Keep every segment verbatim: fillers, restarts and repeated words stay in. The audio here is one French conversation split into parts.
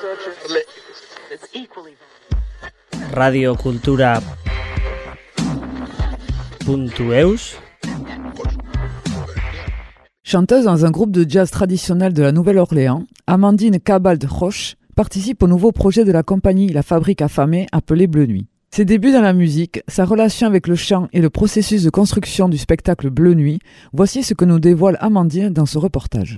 radiocultura.eus. Chanteuse dans un groupe de jazz traditionnel de la Nouvelle-Orléans, Amandine Cabal-Roche participe au nouveau projet de la compagnie La Fabrique Affamée appelé Bleu Nuit. Ses débuts dans la musique, sa relation avec le chant et le processus de construction du spectacle Bleu Nuit, voici ce que nous dévoile Amandine dans ce reportage.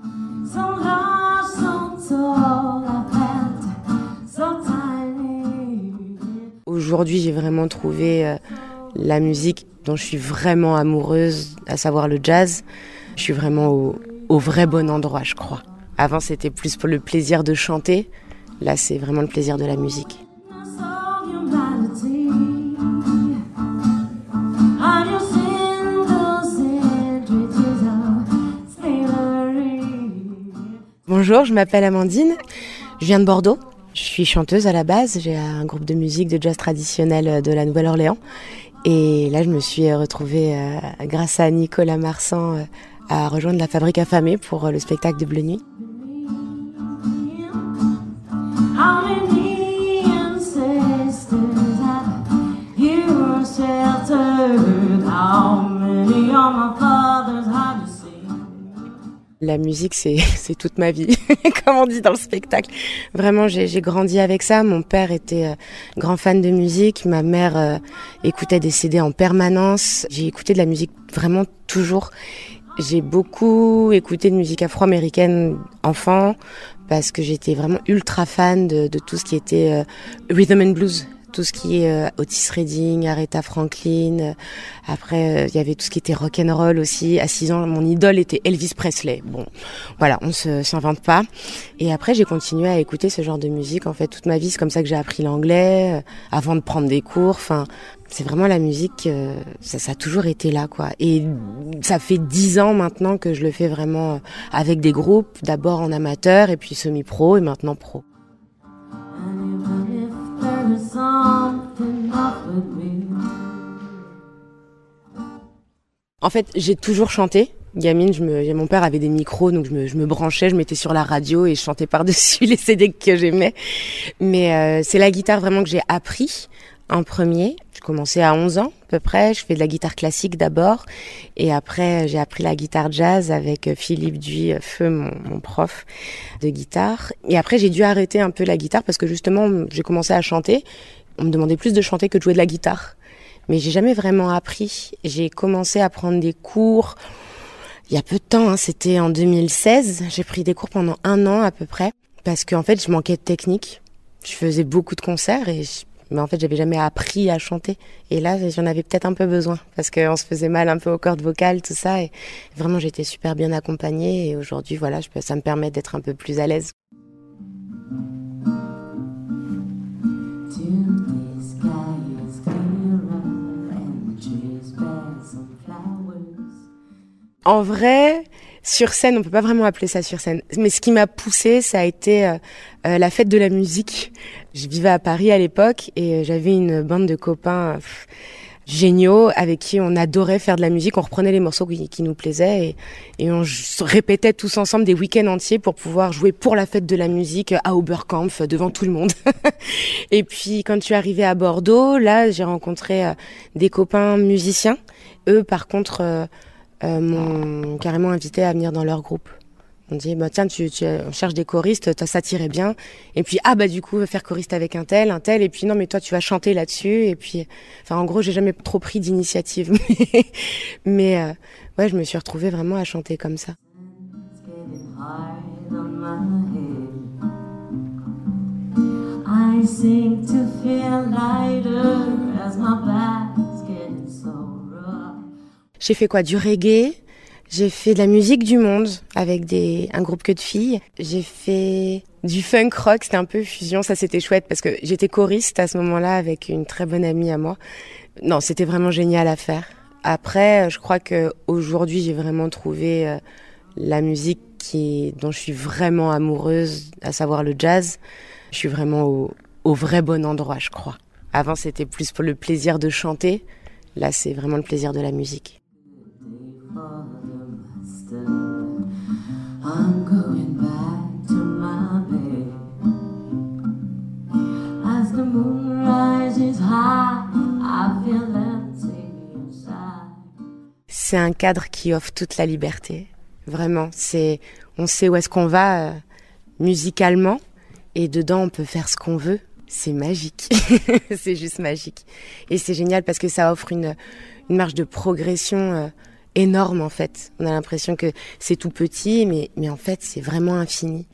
Aujourd'hui, j'ai vraiment trouvé euh, la musique dont je suis vraiment amoureuse, à savoir le jazz. Je suis vraiment au, au vrai bon endroit, je crois. Avant, c'était plus pour le plaisir de chanter. Là, c'est vraiment le plaisir de la musique. Bonjour, je m'appelle Amandine. Je viens de Bordeaux. Je suis chanteuse à la base. J'ai un groupe de musique de jazz traditionnel de la Nouvelle-Orléans. Et là, je me suis retrouvée, euh, grâce à Nicolas Marsan, euh, à rejoindre La Fabrique Affamée pour euh, le spectacle de Bleu Nuit. La musique, c'est, c'est toute ma vie, comme on dit dans le spectacle. Vraiment, j'ai, j'ai grandi avec ça. Mon père était euh, grand fan de musique. Ma mère euh, écoutait des C D en permanence. J'ai écouté de la musique vraiment toujours. J'ai beaucoup écouté de musique afro-américaine enfant parce que j'étais vraiment ultra fan de, de tout ce qui était euh, rhythm and blues. Tout ce qui est euh, Otis Redding, Aretha Franklin. Euh, après, il euh, y avait tout ce qui était rock'n'roll aussi. À six ans, mon idole était Elvis Presley. Bon, voilà, on se s'invente pas. Et après, j'ai continué à écouter ce genre de musique. En fait, toute ma vie, c'est comme ça que j'ai appris l'anglais, euh, avant de prendre des cours. Enfin, c'est vraiment la musique, euh, ça, ça a toujours été là, quoi. Et ça fait dix ans maintenant que je le fais vraiment avec des groupes, d'abord en amateur, et puis semi-pro, et maintenant pro. En fait, j'ai toujours chanté. Gamine, je me, mon père avait des micros, donc je me, je me branchais, je mettais sur la radio et je chantais par-dessus les C D que j'aimais. Mais euh, c'est la guitare vraiment que j'ai appris en premier. Je commençais à onze ans à peu près. Je fais de la guitare classique d'abord. Et après, j'ai appris la guitare jazz avec Philippe Duy, Feu, mon, mon prof de guitare. Et après, j'ai dû arrêter un peu la guitare parce que justement, j'ai commencé à chanter. On me demandait plus de chanter que de jouer de la guitare. Mais j'ai jamais vraiment appris. J'ai commencé à prendre des cours il y a peu de temps, hein, c'était en deux mille seize. J'ai pris des cours pendant un an à peu près parce qu'en fait, je manquais de technique. Je faisais beaucoup de concerts et je, mais en fait, j'avais jamais appris à chanter. Et là, j'en avais peut-être un peu besoin parce qu'on se faisait mal un peu aux cordes vocales, tout ça. Et vraiment, j'étais super bien accompagnée. Et aujourd'hui, voilà, je peux, ça me permet d'être un peu plus à l'aise. En vrai, sur scène, on peut pas vraiment appeler ça sur scène. Mais ce qui m'a poussée, ça a été euh, euh, la fête de la musique. Je vivais à Paris à l'époque et j'avais une bande de copains pff, géniaux avec qui on adorait faire de la musique. On reprenait les morceaux qui, qui nous plaisaient et, et on j- répétait tous ensemble des week-ends entiers pour pouvoir jouer pour la fête de la musique à Oberkampf devant tout le monde. Et puis quand je suis arrivée à Bordeaux, là, j'ai rencontré euh, des copains musiciens. Eux, par contre... Euh, Euh, m'ont carrément invité à venir dans leur groupe. On dit bah tiens tu, tu on cherche des choristes, ça t'irait bien. Et puis ah bah du coup faire choriste avec un tel, un tel et puis non mais toi tu vas chanter là-dessus et puis enfin en gros j'ai jamais trop pris d'initiative mais euh, ouais je me suis retrouvée vraiment à chanter comme ça. I seem to feel lighter as my back's getting so rough. J'ai fait quoi? Du reggae, j'ai fait de la musique du monde avec des, un groupe que de filles. J'ai fait du funk rock, c'était un peu fusion, ça c'était chouette parce que j'étais choriste à ce moment-là avec une très bonne amie à moi. Non, c'était vraiment génial à faire. Après, je crois qu'aujourd'hui j'ai vraiment trouvé euh, la musique qui, dont je suis vraiment amoureuse, à savoir le jazz. Je suis vraiment au, au vrai bon endroit, je crois. Avant c'était plus pour le plaisir de chanter, là c'est vraiment le plaisir de la musique. I'm going back to my bed. c'est un cadre qui offre toute la liberté. Vraiment, c'est, on sait où est-ce qu'on va euh, musicalement et dedans on peut faire ce qu'on veut. C'est magique, c'est juste magique. Et c'est génial parce que ça offre une, une marge de progression euh, énorme en fait. On a l'impression que c'est tout petit, mais, mais en fait c'est vraiment infini.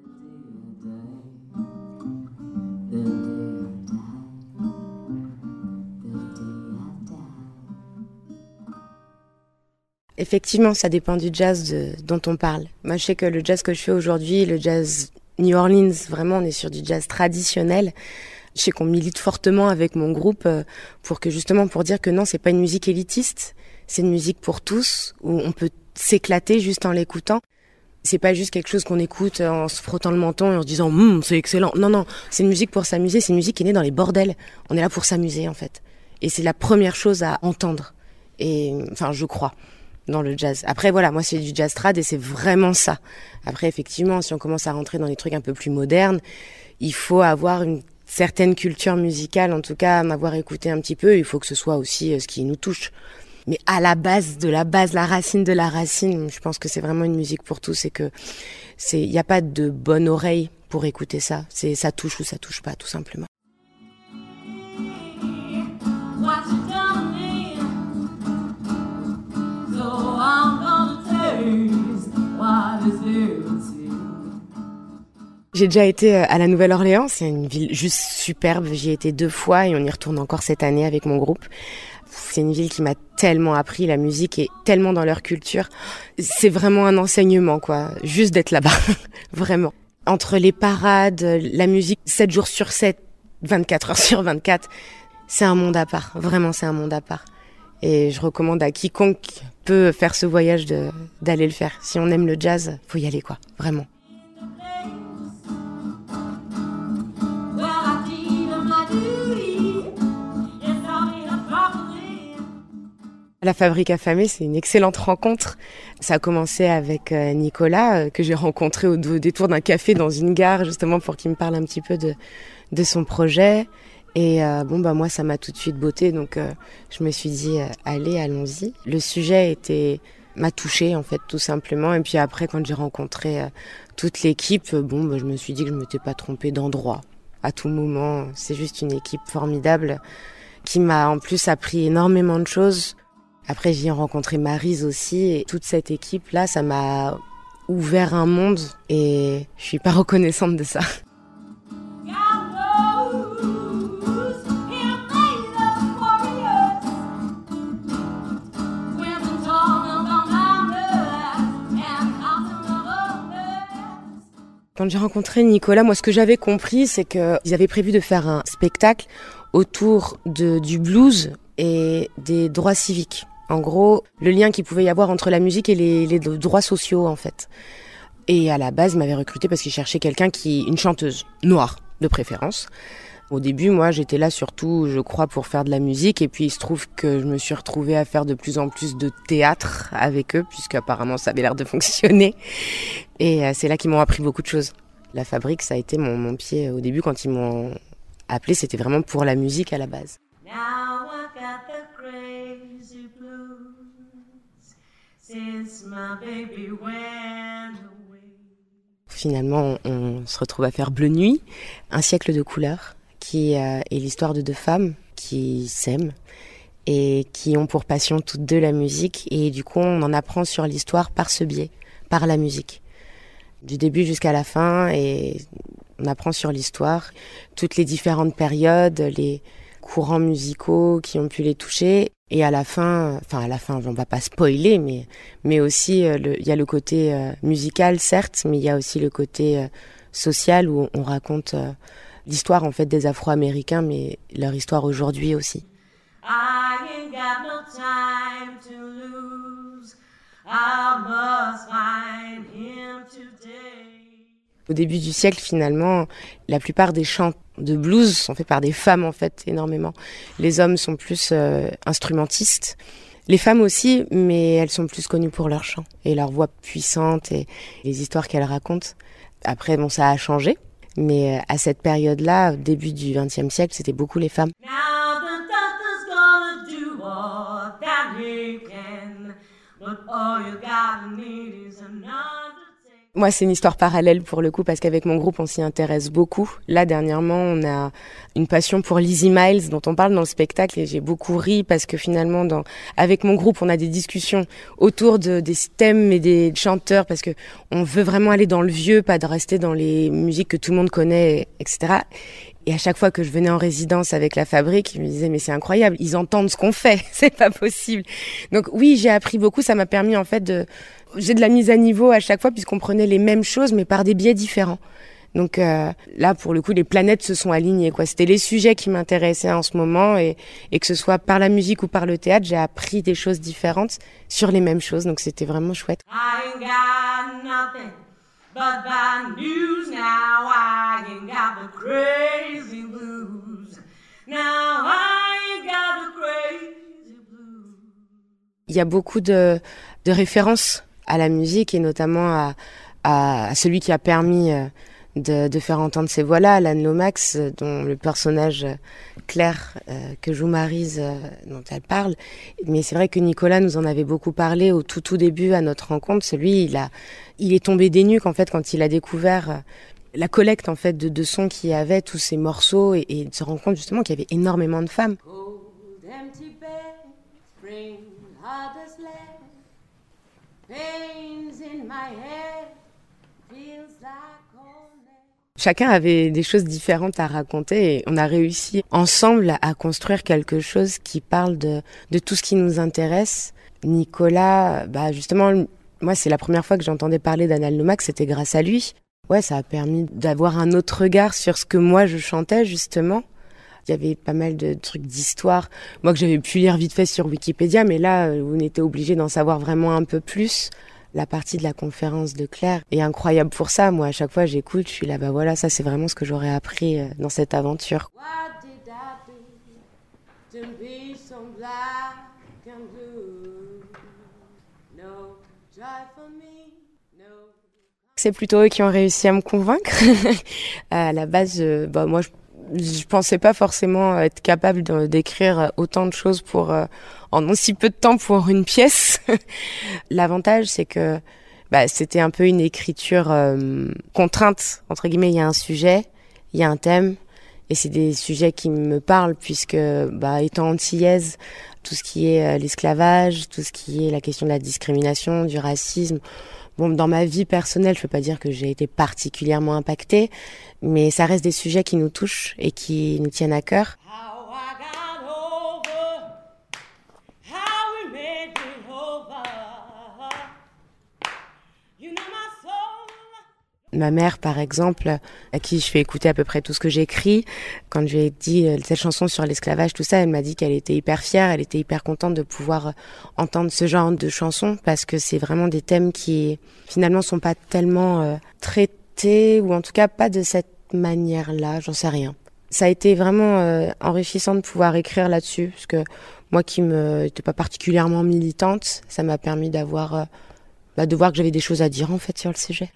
Effectivement, ça dépend du jazz de, dont on parle. Moi, je sais que le jazz que je fais aujourd'hui, le jazz New Orleans, vraiment, on est sur du jazz traditionnel. Je sais qu'on milite fortement avec mon groupe pour que justement pour dire que non, c'est pas une musique élitiste, c'est une musique pour tous où on peut s'éclater juste en l'écoutant. C'est pas juste quelque chose qu'on écoute en se frottant le menton et en se disant hum, c'est excellent. Non, non, c'est une musique pour s'amuser. C'est une musique qui est née dans les bordels. On est là pour s'amuser en fait. Et c'est la première chose à entendre. Et enfin, je crois. Dans le jazz. Après, voilà, moi, c'est du jazz trad et c'est vraiment ça. Après, effectivement, si on commence à rentrer dans des trucs un peu plus modernes, il faut avoir une certaine culture musicale, en tout cas, m'avoir écouté un petit peu. Il faut que ce soit aussi ce qui nous touche. Mais à la base de la base, la racine de la racine, je pense que c'est vraiment une musique pour tous et que c'est, il n'y a pas de bonne oreille pour écouter ça. C'est, ça touche ou ça touche pas, tout simplement. J'ai déjà été à la Nouvelle-Orléans, c'est une ville juste superbe, j'y ai été deux fois et on y retourne encore cette année avec mon groupe. C'est une ville qui m'a tellement appris, la musique est tellement dans leur culture. C'est vraiment un enseignement, quoi, juste d'être là-bas, vraiment. Entre les parades, la musique sept jours sur sept, vingt-quatre heures sur vingt-quatre, c'est un monde à part, vraiment c'est un monde à part. Et je recommande à quiconque peut faire ce voyage de, d'aller le faire. Si on aime le jazz, faut y aller, quoi, vraiment. La Fabrique Affamée, c'est une excellente rencontre. Ça a commencé avec Nicolas, euh, que j'ai rencontré au détour d'un café dans une gare, justement pour qu'il me parle un petit peu de, de son projet. Et euh, bon, bah moi, ça m'a tout de suite botté, donc euh, je me suis dit, euh, allez, allons-y. Le sujet était, m'a touchée, en fait, tout simplement. Et puis après, quand j'ai rencontré euh, toute l'équipe, euh, bon, bah, je me suis dit que je ne m'étais pas trompée d'endroit. À tout moment, c'est juste une équipe formidable qui m'a en plus appris énormément de choses. Après, j'y ai rencontré Maryse aussi, et toute cette équipe-là, ça m'a ouvert un monde, et je suis pas reconnaissante de ça. Quand j'ai rencontré Nicolas, moi, ce que j'avais compris, c'est qu'ils avaient prévu de faire un spectacle autour de, du blues et des droits civiques. En gros, le lien qu'il pouvait y avoir entre la musique et les, les droits sociaux, en fait. Et à la base, il m'avait recruté parce qu'il cherchait quelqu'un qui, une chanteuse noire, de préférence. Au début, moi, j'étais là surtout, je crois, pour faire de la musique. Et puis, il se trouve que je me suis retrouvée à faire de plus en plus de théâtre avec eux, puisqu'apparemment, ça avait l'air de fonctionner. Et euh, c'est là qu'ils m'ont appris beaucoup de choses. La Fabrique, ça a été mon, mon pied. Au début, quand ils m'ont appelé, c'était vraiment pour la musique à la base. Now I got the crazy blues since my baby went away. Finalement, on, on se retrouve à faire Bleu Nuit, un siècle de couleurs, qui euh, est l'histoire de deux femmes qui s'aiment et qui ont pour passion toutes deux la musique. Et du coup, on en apprend sur l'histoire par ce biais, par la musique. Du début jusqu'à la fin, et on apprend sur l'histoire, toutes les différentes périodes, les courants musicaux qui ont pu les toucher. Et à la fin, enfin à la fin, on va pas spoiler, mais mais aussi il y a le côté euh, musical certes, mais il y a aussi le côté euh, social où on raconte euh, l'histoire en fait des Afro-Américains, mais leur histoire aujourd'hui aussi. I ain't got no time to lose. I must find him today. Au début du siècle, finalement, la plupart des chants de blues sont faits par des femmes, en fait, énormément. Les hommes sont plus euh, instrumentistes. Les femmes aussi, mais elles sont plus connues pour leurs chants et leur voix puissante et les histoires qu'elles racontent. Après, bon, ça a changé, mais à cette période-là, au début du vingtième siècle, c'était beaucoup les femmes. Now the doctor's gonna do all that he can. Moi, c'est une histoire parallèle pour le coup, parce qu'avec mon groupe, on s'y intéresse beaucoup. Là, dernièrement, on a une passion pour Lizzie Miles, dont on parle dans le spectacle, et j'ai beaucoup ri parce que finalement, dans, avec mon groupe, on a des discussions autour de, des thèmes et des chanteurs, parce que on veut vraiment aller dans le vieux, pas de rester dans les musiques que tout le monde connaît, et cetera. Et à chaque fois que je venais en résidence avec la Fabrique, ils me disaient mais c'est incroyable, ils entendent ce qu'on fait, c'est pas possible. Donc oui, j'ai appris beaucoup, ça m'a permis en fait de j'ai de la mise à niveau à chaque fois puisqu'on prenait les mêmes choses mais par des biais différents. Donc euh, là pour le coup les planètes se sont alignées quoi, c'était les sujets qui m'intéressaient en ce moment et et que ce soit par la musique ou par le théâtre, j'ai appris des choses différentes sur les mêmes choses. Donc c'était vraiment chouette. I ain't got nothing. But bad news now, I ain't got the crazy blues. Now I ain't got the crazy blues. Il y a beaucoup de, de références à la musique et notamment à, à, à celui qui a permis de, de faire entendre ces voix-là, Alan Lomax, dont le personnage Claire euh, que joue Maryse, euh, dont elle parle. Mais c'est vrai que Nicolas nous en avait beaucoup parlé au tout tout début à notre rencontre. Celui, il a, il est tombé des nuques en fait quand il a découvert euh, la collecte en fait de, de sons qu'il y avait, tous ces morceaux, et, et de se rendre compte justement qu'il y avait énormément de femmes. Cold, empty bed, spring, hardest lead, pains in my head, feels like chacun avait des choses différentes à raconter et on a réussi ensemble à construire quelque chose qui parle de, de tout ce qui nous intéresse. Nicolas, bah justement, moi c'est la première fois que j'entendais parler d'Alan Lomax, c'était grâce à lui. Ouais, ça a permis d'avoir un autre regard sur ce que moi je chantais justement. Il y avait pas mal de trucs d'histoire, moi que j'avais pu lire vite fait sur Wikipédia, mais là on était obligé d'en savoir vraiment un peu plus. La partie de la conférence de Claire est incroyable pour ça. Moi, à chaque fois, j'écoute, je suis là, bah voilà, ça, c'est vraiment ce que j'aurais appris dans cette aventure. C'est plutôt eux qui ont réussi à me convaincre. À la base, euh, bah, moi, je Je pensais pas forcément être capable de, d'écrire autant de choses pour euh, en aussi peu de temps pour une pièce. L'avantage, c'est que bah, c'était un peu une écriture euh, contrainte, entre guillemets. Il y a un sujet, il y a un thème, et c'est des sujets qui me parlent puisque, bah, étant antillaise, tout ce qui est euh, l'esclavage, tout ce qui est la question de la discrimination, du racisme. Bon, dans ma vie personnelle, je peux pas dire que j'ai été particulièrement impactée, mais ça reste des sujets qui nous touchent et qui nous tiennent à cœur. Ma mère, par exemple, à qui je fais écouter à peu près tout ce que j'écris, quand je lui ai dit cette chanson sur l'esclavage, tout ça, elle m'a dit qu'elle était hyper fière, elle était hyper contente de pouvoir entendre ce genre de chansons, parce que c'est vraiment des thèmes qui, finalement, sont pas tellement euh, traités, ou en tout cas pas de cette manière-là, j'en sais rien. Ça a été vraiment euh, enrichissant de pouvoir écrire là-dessus, parce que moi qui me n'étais pas particulièrement militante, ça m'a permis d'avoir, euh, bah, de voir que j'avais des choses à dire, en fait, sur le sujet.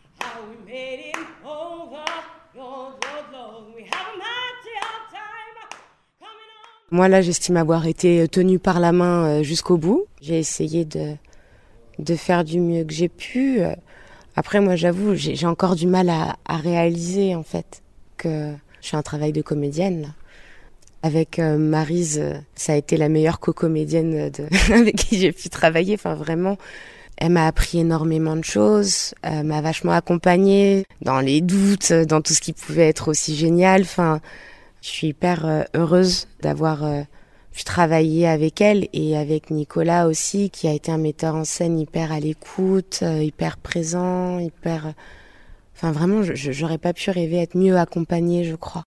Moi, là, j'estime avoir été tenue par la main jusqu'au bout. J'ai essayé de, de faire du mieux que j'ai pu. Après, moi, j'avoue, j'ai, j'ai encore du mal à, à réaliser, en fait, que je fais un travail de comédienne, là. Avec euh, Maryse, ça a été la meilleure co-comédienne de, avec qui j'ai pu travailler. Enfin, vraiment, elle m'a appris énormément de choses. Elle m'a vachement accompagnée dans les doutes, dans tout ce qui pouvait être aussi génial. Enfin, je suis hyper euh, heureuse d'avoir euh, pu travailler avec elle et avec Nicolas aussi, qui a été un metteur en scène hyper à l'écoute, euh, hyper présent, hyper... Enfin, vraiment, je, je, j'aurais pas pu rêver être mieux accompagnée, je crois.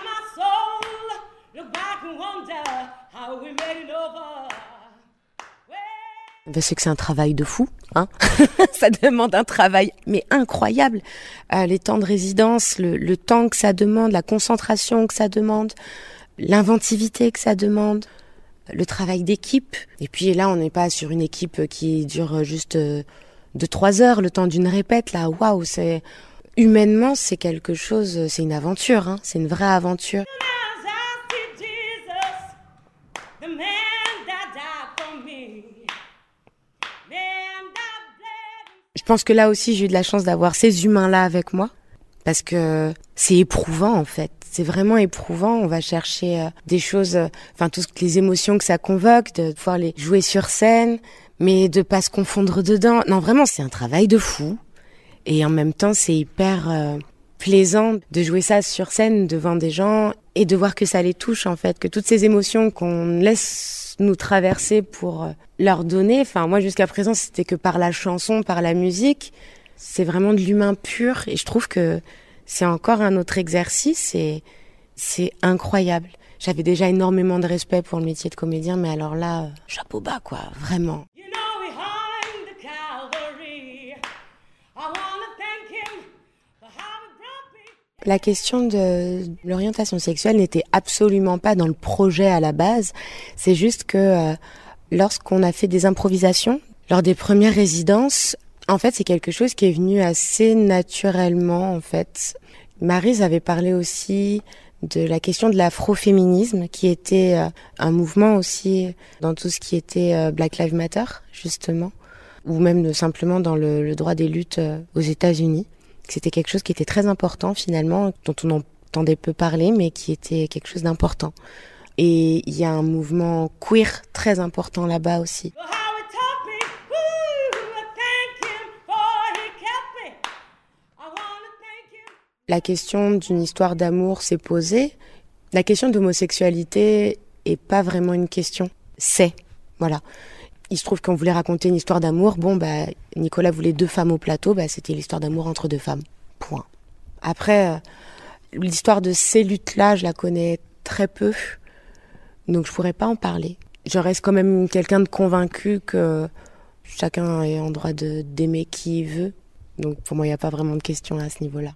Ben, c'est que c'est un travail de fou, hein. Ça demande un travail, mais incroyable. Euh, les temps de résidence, le, le temps que ça demande, la concentration que ça demande, l'inventivité que ça demande, le travail d'équipe. Et puis là, on n'est pas sur une équipe qui dure juste euh, deux, trois heures, le temps d'une répète. Là, waouh, c'est humainement, c'est quelque chose, c'est une aventure, hein. C'est une vraie aventure. pense que là aussi, j'ai eu de la chance d'avoir ces humains-là avec moi, parce que c'est éprouvant, en fait. C'est vraiment éprouvant. On va chercher euh, des choses, euh, enfin, toutes les émotions que ça convoque, de pouvoir les jouer sur scène, mais de pas se confondre dedans. Non, vraiment, c'est un travail de fou. Et en même temps, c'est hyper euh, plaisant de jouer ça sur scène devant des gens et de voir que ça les touche, en fait, que toutes ces émotions qu'on laisse nous traverser pour euh, leur donner, enfin, moi, jusqu'à présent, c'était que par la chanson, par la musique. C'est vraiment de l'humain pur et je trouve que c'est encore un autre exercice et c'est incroyable. J'avais déjà énormément de respect pour le métier de comédien, mais alors là, euh, chapeau bas, quoi, vraiment. You know, behind the Calvary, I wanna thank him for how he brought me. La question de l'orientation sexuelle n'était absolument pas dans le projet à la base. C'est juste que euh, lorsqu'on a fait des improvisations, lors des premières résidences, en fait, c'est quelque chose qui est venu assez naturellement, en fait. Maryse avait parlé aussi de la question de l'afroféminisme, qui était euh, un mouvement aussi dans tout ce qui était euh, Black Lives Matter, justement, ou même de, simplement dans le, le droit des luttes euh, aux États-Unis. C'était quelque chose qui était très important, finalement, dont on entendait peu parler, mais qui était quelque chose d'important. Et il y a un mouvement queer très important là-bas aussi. La question d'une histoire d'amour s'est posée. La question d'homosexualité est pas vraiment une question. C'est, voilà. Il se trouve qu'on voulait raconter une histoire d'amour. Bon, bah, Nicolas voulait deux femmes au plateau. Bah, c'était l'histoire d'amour entre deux femmes. Point. Après, euh, l'histoire de ces luttes-là, je la connais très peu. Donc, je pourrais pas en parler. Je reste quand même quelqu'un de convaincu que chacun est en droit de, d'aimer qui il veut. Donc, pour moi, il n'y a pas vraiment de question à ce niveau-là.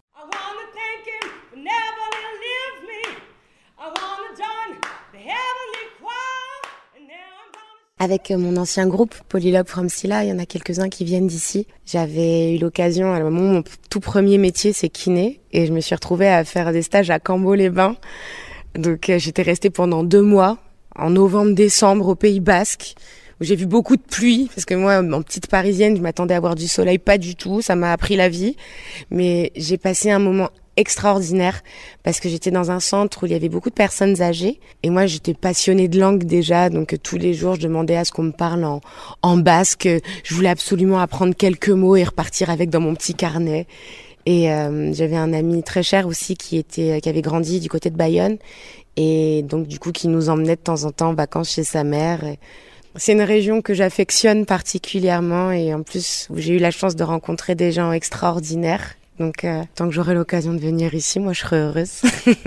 Avec mon ancien groupe, Polylog from Silla, il y en a quelques-uns qui viennent d'ici. J'avais eu l'occasion, à un moment, mon tout premier métier, c'est kiné, et je me suis retrouvée à faire des stages à Cambo-les-Bains. Donc j'étais restée pendant deux mois, en novembre-décembre, au Pays Basque, où j'ai vu beaucoup de pluie, parce que moi, en petite parisienne, je m'attendais à avoir du soleil, pas du tout, ça m'a appris la vie. Mais j'ai passé un moment extraordinaire parce que j'étais dans un centre où il y avait beaucoup de personnes âgées et moi j'étais passionnée de langue déjà, donc tous les jours je demandais à ce qu'on me parle en, en basque. Je voulais absolument apprendre quelques mots et repartir avec dans mon petit carnet. Et euh, j'avais un ami très cher aussi qui était qui avait grandi du côté de Bayonne et donc du coup qui nous emmenait de temps en temps en vacances chez sa mère. Et c'est une région que j'affectionne particulièrement et en plus où j'ai eu la chance de rencontrer des gens extraordinaires. Donc, euh, tant que j'aurai l'occasion de venir ici, moi, je serai heureuse.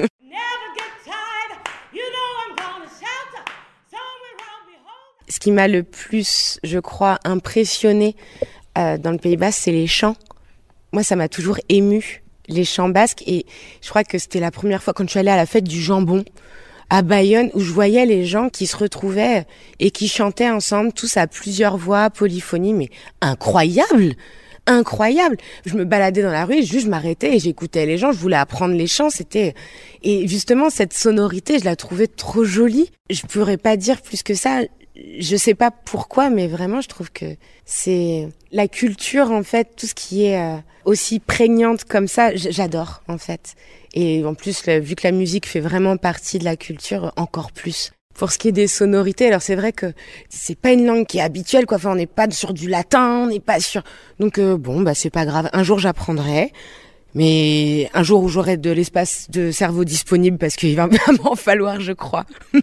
Ce qui m'a le plus, je crois, impressionnée euh, dans le Pays Basque, c'est les chants. Moi, ça m'a toujours émue, les chants basques. Et je crois que c'était la première fois quand je suis allée à la fête du jambon à Bayonne, où je voyais les gens qui se retrouvaient et qui chantaient ensemble, tous à plusieurs voix, polyphonie, mais incroyable! Incroyable. Je me baladais dans la rue, juste je m'arrêtais et j'écoutais les gens, je voulais apprendre les chants, c'était et justement cette sonorité, je la trouvais trop jolie. Je pourrais pas dire plus que ça. Je sais pas pourquoi, mais vraiment je trouve que c'est la culture en fait, tout ce qui est euh, aussi prégnante comme ça, j'adore en fait. Et en plus, vu que la musique fait vraiment partie de la culture, encore plus. Pour ce qui est des sonorités, alors c'est vrai que c'est pas une langue qui est habituelle, quoi. Enfin, on n'est pas sur du latin, on n'est pas sur. Donc euh, bon, bah c'est pas grave. Un jour j'apprendrai, mais un jour où j'aurai de l'espace de cerveau disponible, parce qu'il va vraiment falloir, je crois.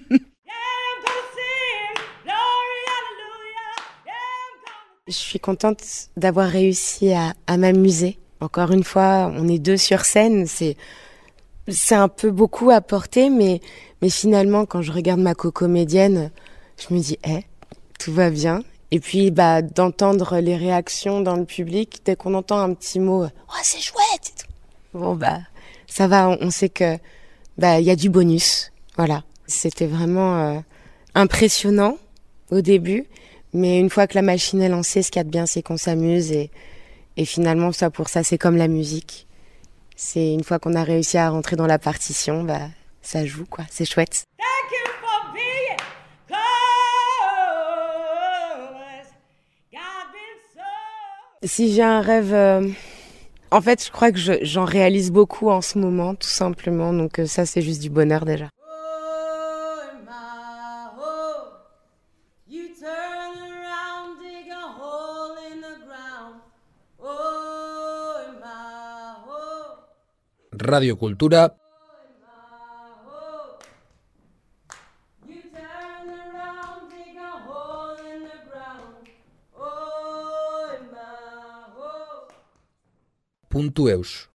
Je suis contente d'avoir réussi à, à m'amuser. Encore une fois, on est deux sur scène, c'est c'est un peu beaucoup à porter, mais mais finalement, quand je regarde ma co-comédienne, je me dis, eh, tout va bien. Et puis, bah, d'entendre les réactions dans le public, dès qu'on entend un petit mot, oh, c'est chouette. Et tout. Bon, bah, ça va, on, on sait que, bah, il y a du bonus. Voilà. C'était vraiment euh, impressionnant au début, mais une fois que la machine est lancée, ce qu'il y a de bien, c'est qu'on s'amuse et, et finalement, ça, pour ça, c'est comme la musique. C'est une fois qu'on a réussi à rentrer dans la partition, bah, ça joue, quoi. C'est chouette. Si j'ai un rêve... Euh... En fait, je crois que je, j'en réalise beaucoup en ce moment, tout simplement. Donc euh, ça, c'est juste du bonheur déjà. Radio Cultura. Puntu eus.